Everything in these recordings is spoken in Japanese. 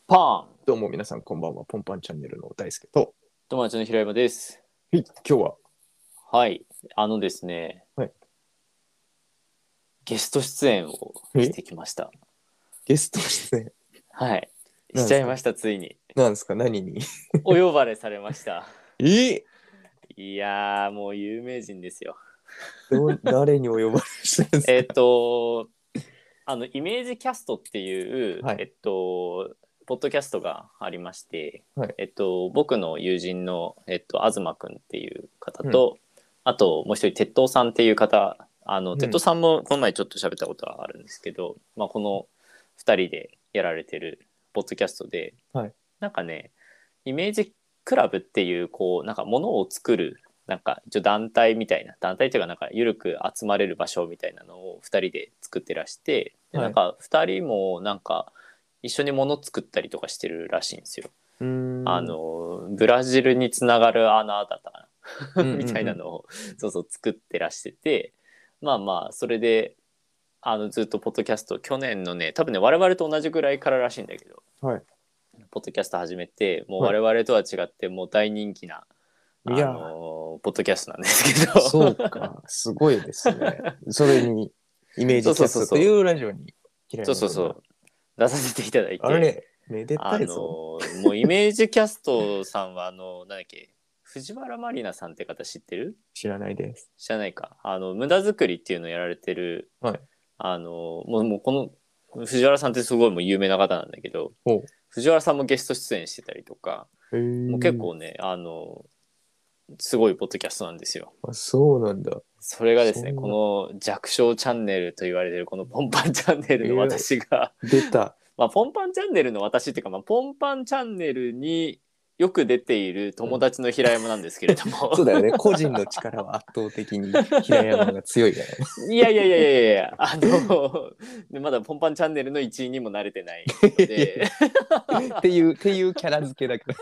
パン。 どうも皆さんこんばんは。ポンパンチャンネルの大輔と。 友達の平山です。 はい、今日は。 はい。ですね、 はい。 ゲスト出演をしてきました。 ゲスト出演。 はい。しなんですかちゃいました、ついに。 なんですか何にお呼ばれされました。 えいやー、もう有名人ですよ。 誰にお呼ばれしたんですか？ イメージキャストっていう、 はい。 ポッドキャストがありまして、 はい。 僕の友人の、東くんっていう方うん。 と、あともう一人、鉄塔さんっていう方、鉄塔うん。 さんもこの前ちょっと喋ったことはあるんですけど、まあ、この2人でやられてるポッドキャストで、 はい。 なんかね、イメージクラブっていう、こう、なんかものを作る、なんか一応団体みたいな、団体というかなんか緩く集まれる場所みたいなのを2人で作ってらして、でなはい。 んか2人もなんか一緒にもの作ったりとかしてるらしいんですよ。 うーん。 ブラジルにつながる穴だったかなうんみたいうんうん。 なのをそうそう作ってらしてて、まあまあそれでずっとポッドキャスト去年のね、多分ね我々と同じぐらいかららしいんだけど、 はい。 ポッドキャスト始めて、もうは我々とは違ってもう大人気ない。いやポッドキャストなんですけー、そうどか。すごいですね。それに、イメーそうジキャスそうそうそう、 トというラジオに、平そう山くんが。 そうそう、出させていただいて、 あれ、めでたいぞ。 もうイメージキャストさんはなんだっけ、藤原まりなさんって方知ってる？ 知らないです。 知らないか。無駄作りっていうのをやられてる、 はい。 もうこの藤原さんってすごいもう有名な方なんだけど、 お藤原さんもゲスト出演してたりとか、 へもう結え。 構ね、すごいポッドキャストなんですよ。 あ、そうなんだ。 それがですね、こそんな。 の弱小チャンネルと言われてるこのポンパンチャンネルのいや、 私が出た。 まあポンパンチャンネルの私っていうか、まあ、ポンパンチャンネルによく出ている友うん。 達の平山なんですけれどもそうだよね。個人の力は圧倒的に平山が強いからね。 いやいやいやいやいや、まだポンパンチャンネルの一員にも慣れてないのでっていうキャラ付けだから。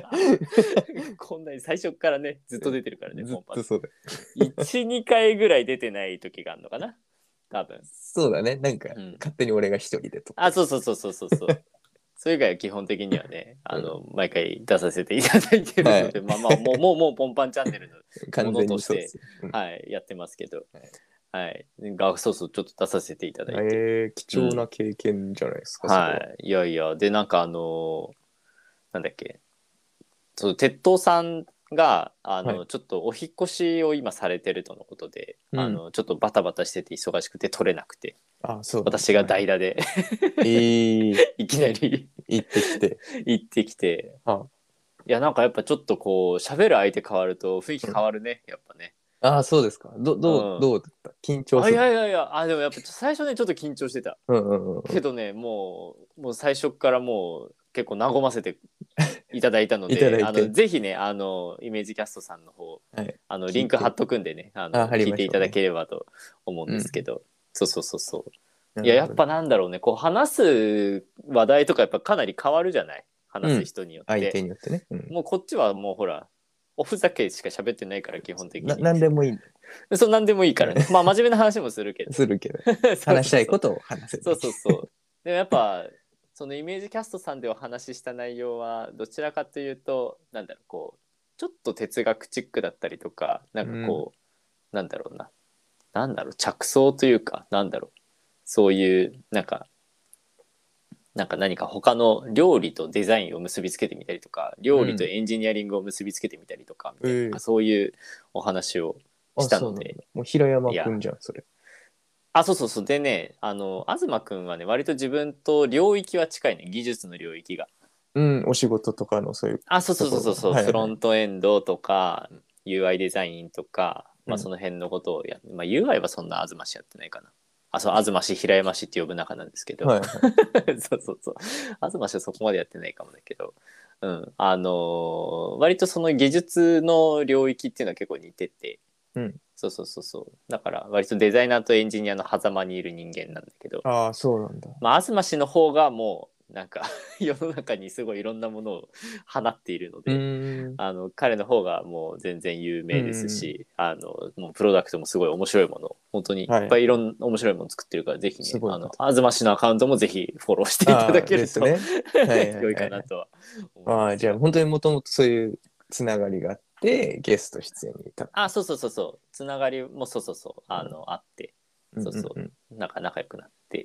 こんなに最初からね、ずっと出てるからね、 ずっポンパン。 とそうだ。 1、2回ぐらい出てない時があるのかな、多分。 そうだね。なんか、 うん。 勝手に俺が一人で撮ってあ、 る。 そうそうそうそうそうそう。それ以外は基本的にはね、 うん、 毎回出させていただいてるはい。 ので、まあまあ、もうポンパンチャンネルのも完全のとして、 にそうですよ。うん、 はい、やってますけど、 はい。 はい。そうそう、ちょっと出させていただいて。 貴重なうん。 経験じゃないですか、それは。 はい。いやいや、で、なんかなんだっけ、鉄塔さんが、 はい。 ちょっとお引越しを今されてるとのことで、 うん。 ちょっとバタバタしてて忙しくて取れなくて、 あ、そうなんだ。 私がはいはい。 代打でいきなり行ってきて。 行ってきて、 あ、 いや、なんかやっぱちょっとこう、喋る相手変わると雰囲気うん。 変わるね、やっぱね。 あ、そうですか。 うん。 どうだった緊張あ、いするの？ やいやいや、でもやっぱ最初ね、ちょっと緊張してた。 うんうんうんうん。 けどね、もう最初からもう結構和ませていただいたのいたで、 だいて。 ぜひね、イメージキャストさんの方、 はい。 リンク貼っ聞いて。 とくんでね、 あ、貼り聞いていただましょうね。 ければと思うんうん。 ですけど、そうそうそうそう。いや、 なるほどね。 やっぱなんだろうね、こう話す話題とかやっぱかなり変わるじゃない、話すうん。 人によっ相手て。 によってね。うん。 もうこっちはもうほら、おふざけしか喋ってないから、基本的に。 なんでもいいんだよ。 そう、なんでもいいからね。まあ、 う真面目な話もするけん。 ど。 するけど。 そう話しそうそう。 たいことを話せるそうだけ。 そうそう。でもやっぱ、そのイメージキャストさんでお話しした内容は、どちらかというと、なんだろう、こう、ちょっと哲学チックだったりとか、なんうん。 かこう、なんだろうな。なんだろう、着想というか、なんだろう。そういう、なんか何か他の料理とデザインを結びつけてみたりとか、料理とうん。 エンジニアリングを結びつけてみたりとか、みたいな、なんかええ。 そういうお話をしあ、 たので、 そうなんだ。もう平山いや、 くんじゃん、それ。 そうそうそう。でね、東くんはね、割と自分と領域は近いね、技術の領域が。 うん。お仕事とかのそういうそうそうところが。 そうそう、 はいはい。 フロントエンドとか、UI デザインとか、まあそうん。 の辺のことをまあ UI はそんな東氏やってないかな。そう、東氏、平山氏って呼ぶ仲なんですけど。 はいはい。 そうそうそう。東氏はそこまでやってないかもだけど。うん。割とその技術の領域っていうのは結構似てて、 うん。 そうそうそうそう。だから割とデザイナーとエンジニアの狭間にいる人間なんだけど、 ああ、そうなんだ。 まあ、東氏の方がもなんか世の中にすごいいろんなものを放っているのうで、 ん。 彼の方がもう全然有名ですし、もうプロダクトもすごい面白いもの、本当にいっぱいいろんな面白いもの作ってるから、ぜひね、 すごいこと。 あずましのアカウントもぜひフォローしていただけるとですね。はいはい良いはいはい。 かなとは思いますじゃあが。 本当にもともとそういうつながりがあって、ゲスト出演に至った。 そうそうそうそう。つながりもそうそうそう。 うんあって。 うんそうそうんうん。 う。なんか仲良くなって。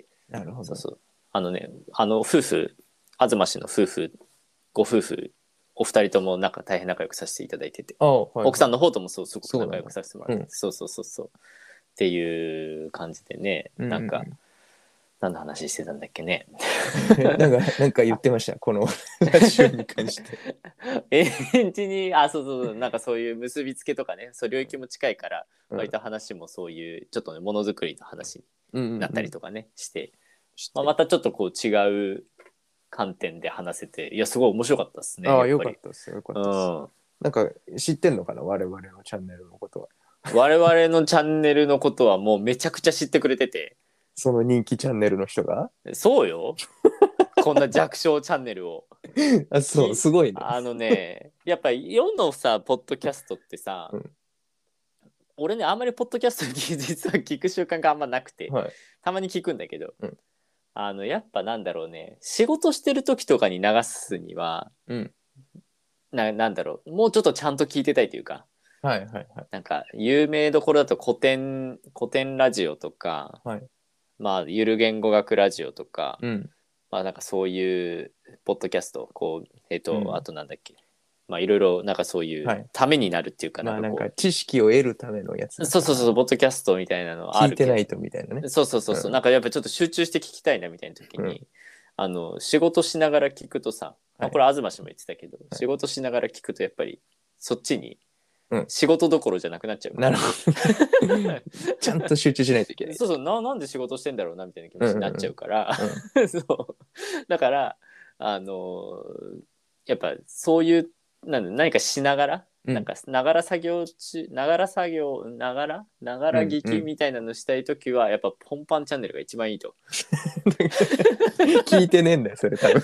なるほど。 そうそう。夫婦、東市の夫婦、ご夫婦、お二人ともなんか大変仲良くさせていただいてて。 はいはい。 奥さんの方ともそう、すごくそうなんだ。 仲良くさせてもらってて。 うん。 そうそうそうそう。っていう感じでね。 うんうんなんか、何の話してたんだっけね。 うん。なんか言ってました。このラジオに関して。 エンジに、そうそうそう、なんかそういう結びつけとかね、そう領域も近いから、 うん。 割と話もそういうちょっとねものづくりの話にうんうんなっうん。 たりとかねして、 してまたちょっとこう違う観点で話せて、いやすごい面白かったですね、やっよぱり。 かったです。よかっうたです。 ん。 なんか知ってんのかな我々のチャンネルのことは。 我々のチャンネルのことはもうめちゃくちゃ知ってくれてて、 その人気チャンネルの人が。 そうよ。こんな弱小チャンネルを。 そう、すごいね。 やっぱ世のさ、ポッドキャストってさ、 うん。 俺ね、あんまりポッドキャストに実は聞く習慣があんまなくて、 はい。 たまに聞くんだけど、 うんやっぱなんだろうね、仕事してる時とかに流すには、 うん。 なんだろう、もうちょっとちゃんと聞いてたいというか、 はいはいはい。 なんか有名どころだと古典ラジオとか、 はい。 まあゆる言語学ラジオとか、 うん。 まあなんかそういうポッドキャスト、こうあうん。 となんだっけ、まあいろいろなんかそういうはい。 ためになるっていうか、なんまあなんかかこ知識を得るためのやつう、 だから、 ポッドキャストみたいなのあるけど、 聞いてないとみたいなね。 そうそうそうそう、 うん。 なんかやっぱちょっと集中して聞きたいなみたいな時うん。 に、仕事しながら聞くとさ、まあ、こはい。 れ東氏も言ってたけど、 はい。 仕事しながら聞くとやっぱりそっちにうん。 仕事どころじゃなくなっちゃうから。 なるほど。ちゃんと集中しないといけない。 そうそう、なんで仕事してんだろうなみたいな気持うんちになっちゃうから、 うんうん。 そう。だから、あのやっぱそういう、何かしながら、 うん。 なんかながら作業中、ながら作業、ながら聞きうんうん。 みたいなのしたいときは、やっぱポンパンチャンネルが一番いいと。 聞いてねえんだよ、それ多分。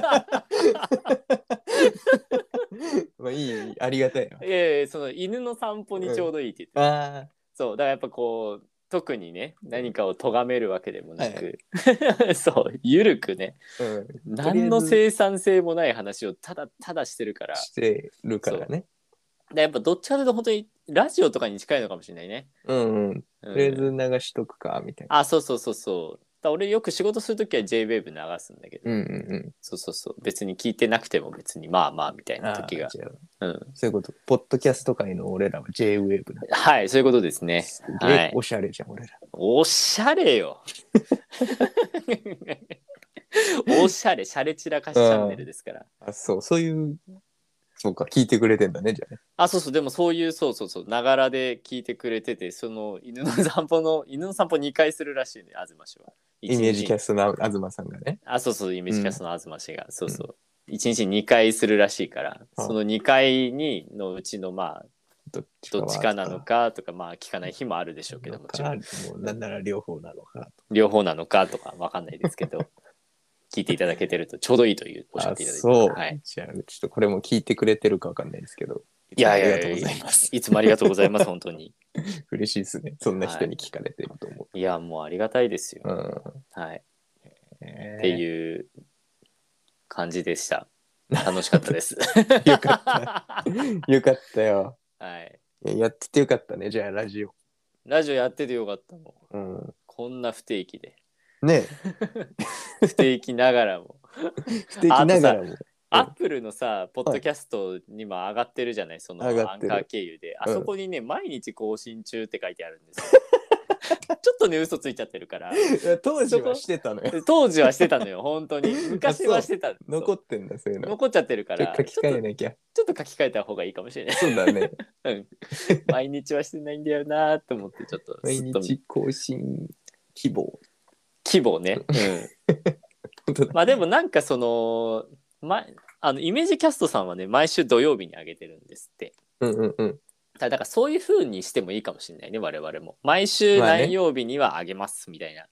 まあいい、ありがたいよ。 その犬の散歩にちょううん。 どいいって言ってた。 あそう、だからやっぱこう、特にね、何かを咎めるわけでもあ、はい。 なく、そう、ゆるくね、 うん。とりあ何のえず生産性もない話をただただしてるから、 してるからそう。 ね。 やっぱどっちかというと本当にラジオとかに近いのかもしれないね。 うんうん。 うとりあえずん。 流しとくか、みたいな。 そうそうそうそう。俺よく仕事するときは J-Wave 流すんだけど、 うんうんそうそうそう。別に聞いてなくても別にまあまあみたいうん。ああ、 な時が。 じゃあ、 うん。 そういうこと。ポッドキャスト界の俺らは J-Wave だ。 はい、そういうことですね。 すげはい。 えおしゃれじゃん、俺ら。 おしゃれよ。おしゃれ、シャレ散らかしチャンネルですから。 そう、そういう、そうか、聞いてくれてんだね、じゃあね。 そうそう、でもそういう、そうそうそう、ながらで聞いてくれてて、その犬の散歩2回するらしいね、東氏は。1 イメージキ日に。 ャストの東さんがね。 そうそう、イメーうん。 ジキャストの東氏が、そううん。 そう。1日に2回するらしいから、そあ、 の2回のうちの、まあ、 どっちかどっちかなのはとか、 かとか、まあ、聞かない日もあるでしょうけど、もちろん。 もうなんなら両方なのかと。 両方なのかとか、わかんないですけど、聞いていただけてるとちょうどいいというおっしゃっていただいてます。 そう。 はい。 じゃあ、ちょっとこれも聞いてくれてるかわかんないですけど、いいやいつもありがとうやいや、 ございます。 いつもありがとうございます、本当に。 嬉しいですね。そんな人にはい。 聞かれてると思いや、もうありがたいですよ。 う。うん。 はい。ってえいう感じでした。楽しかったです。 よかった。よかったよ。 はい。 やっててよかったね、じゃあ、ラジオ。 ラジオやっててよかったもん。 うん。 こんな不定期で。 ね不定期ながらも。 え、不定期あとさ、 ながらも。うん。 アップルのさ、ポッはい。 ドキャストにも上がってるじゃない、そ上のアンカーがってる。 経由で。あうん。 そこにね、毎日更新中って書いてあるんですよ。ちょっとね、嘘ついちゃってるから。 当時はそこ、 してたのよ。 当時はしてたのよ、本当に。 あ、 昔そう。 はしてた。 残ってんだ、そういうの。 残っちゃってるから、 ちょっと書き換えなきゃ。 ちょっと書き換えた方がいいかもしれない。 そうだね。 うん。毎日はしてないんだよなと思って、ちょっと毎すっと日更新希望。 規模ね。うん。 本当だ。 まあでもなんかその、イメージキャストさんはね、毎週土曜日に上げてるんですって。 うんうんうん。 だからそういう風にしてもいいかもしれないね、我々も。毎週まあね。 何曜日には上げますみたいな。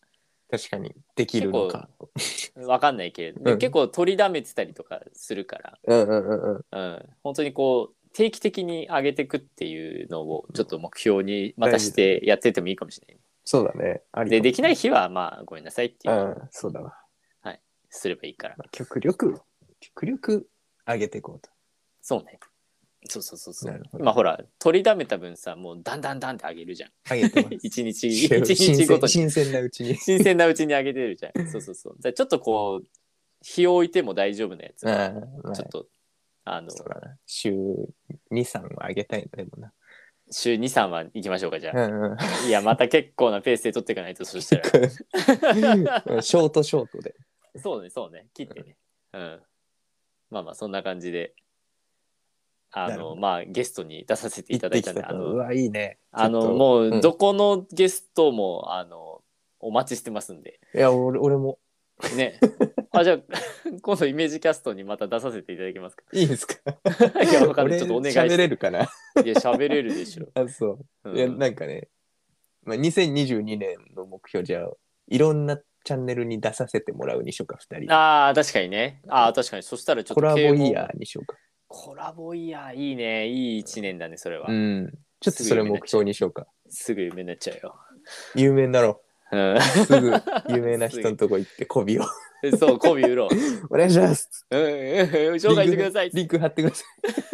確かにできるのか。 わかんないけれど、でうん結構取りだめてたりとかするから、 うんうんうんうん。 本当にこう定期的に上げていくっていうのをちょっと目標にまたし大事だてやってってもいいかもしれない。 そうだね。ありかもでできない日はまあごめんなさいっていう、 うん、そうだわ。 はいすればいいから。 まあ極力上げていこうと。 そうね。そうそうそうそうなるほど今ほら取りだめた分さもうだんだんだんって上げるじゃん。 上げてます。 一日一日ごとに新鮮なうちに。 新鮮なうちに上げてるじゃん。そうそうそう。じゃあちょっとこう日を置いても大丈夫なやつあはあ、まあ、 ちょっとそうだな。週2、3は上げたいのでもな。 週2、3は行きましょうかじゃあ。 うんうん。 いやまた結構なペースで取っていかないとそしたら。 ショートで。 そうねそうね切ってね。まあまあそんな感じでなるほどまあゲストに出させてい行ただいたんでってきたと。うわ、いいね。ちょっともううんどこのゲストもお待ちしてますんでいや、俺も。 ね。じゃあ今度イメージキャストにまた出させていただけますか。 いいですかいやわかんない俺ちょっとお願いして喋れるかな。 いや喋れるでしょ。 あ、そう。いや、 うんなんかね、まあ、2022年の目標じゃ、いろんなチャンネルに出させてもらうにしようか、2人で。 ああ確かにね。確かにそしたらちょっコラボと啓蒙イヤーにしようか。 コラボイヤーいいねいい一年だねそれは。 うん。ちょっとそれ目標にしようか。 すぐ有名になっちゃうよ。 有名になろうんう。すぐ有名な人のとこ行って媚びを。 そう媚び売ろう。 お願いします紹介してください。 リンク貼ってくださ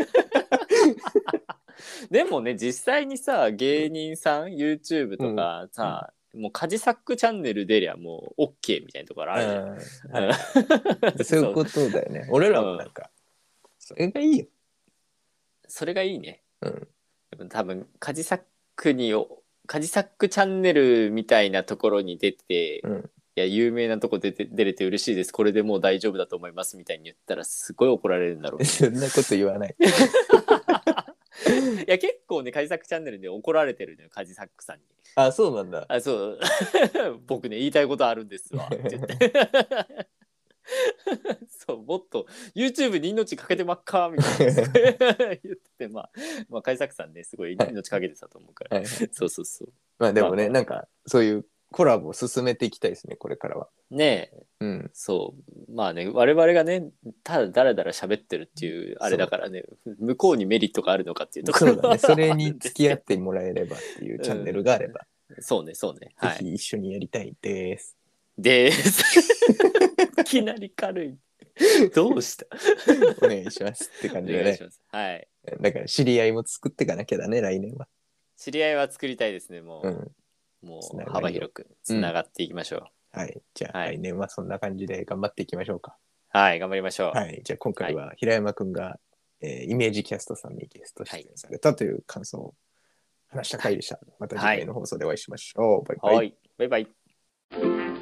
でもね実際にさ芸人さん YouTube とかさ、もうカジサックチャンネル出りゃもう OK みたいなところあるじゃん。 い。そういうことだよね。俺らもなんか、それがいいよ。 それがいいね。 うん。 多分カジサックチャンネルみたいなところに出て、 うんいや有名なとこ出れて嬉しいですこれでもう大丈夫だと思いますみたいに言ったらすごい怒られるんだろうね。 そんなこと言わない。 いや結構ねカジサックチャンネルで怒られてるのよカジサックさんに。 あ、そうなんだ。 そう僕ね言いたいことあるんですわって言ってそうもっと YouTube に命かけてまっかみたいな言っててまあカジサックさんねすごい命かけてたと思うから、 はいそうそうそうまあでもね、 まあなんか、そういうコラボを進めていきたいですね、これからは。 ねえうん。 そうまあね我々がねただだらだら喋ってるっていうあれだからね向こうにメリットがあるのかっていうところそうだね。それあるんにです付き合ってもらえればっていうチャンネルがあれば、 そうねそうねはいぜひ一緒にやりたいです。 ですいきなり軽いどうしたお願いしますって感じでねお願いし。ますはいだから知り合いも作っていかなきゃだね、来年は。 知り合いは作りたいですねもう、 うん。 もつながりをう幅広くつながっていきましょう、 はい。じゃあ、 はい来年はそんな感じで頑張っていきましょうか。 はい頑張りましょう、 はい。じゃあ、今回は平山くんが、イメージキャストさんにゲスト出演されたという感想を話した回でした。また次回の放送でお会いしましょう。バイバイ。 はいバイバイ